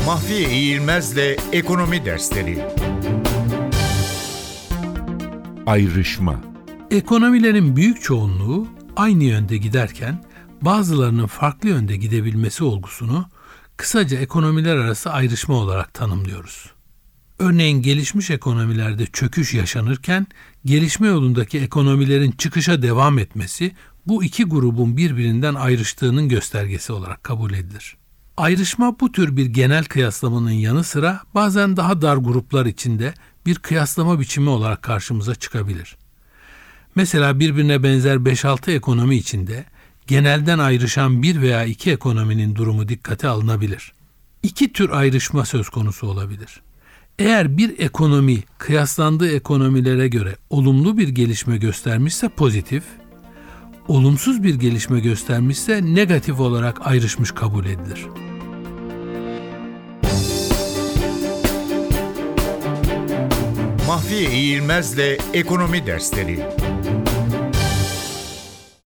Mahfiye İğilmez'le Ekonomi Dersleri. Ayrışma. Ekonomilerin büyük çoğunluğu aynı yönde giderken bazılarının farklı yönde gidebilmesi olgusunu kısaca ekonomiler arası ayrışma olarak tanımlıyoruz. Örneğin gelişmiş ekonomilerde çöküş yaşanırken gelişme yolundaki ekonomilerin çıkışa devam etmesi bu iki grubun birbirinden ayrıştığının göstergesi olarak kabul edilir. Ayrışma bu tür bir genel kıyaslamanın yanı sıra bazen daha dar gruplar içinde bir kıyaslama biçimi olarak karşımıza çıkabilir. Mesela birbirine benzer 5-6 ekonomi içinde genelden ayrışan bir veya iki ekonominin durumu dikkate alınabilir. İki tür ayrışma söz konusu olabilir. Eğer bir ekonomi kıyaslandığı ekonomilere göre olumlu bir gelişme göstermişse pozitif, olumsuz bir gelişme göstermişse negatif olarak ayrışmış kabul edilir. Mahfiye İğilmez'le Ekonomi Dersleri.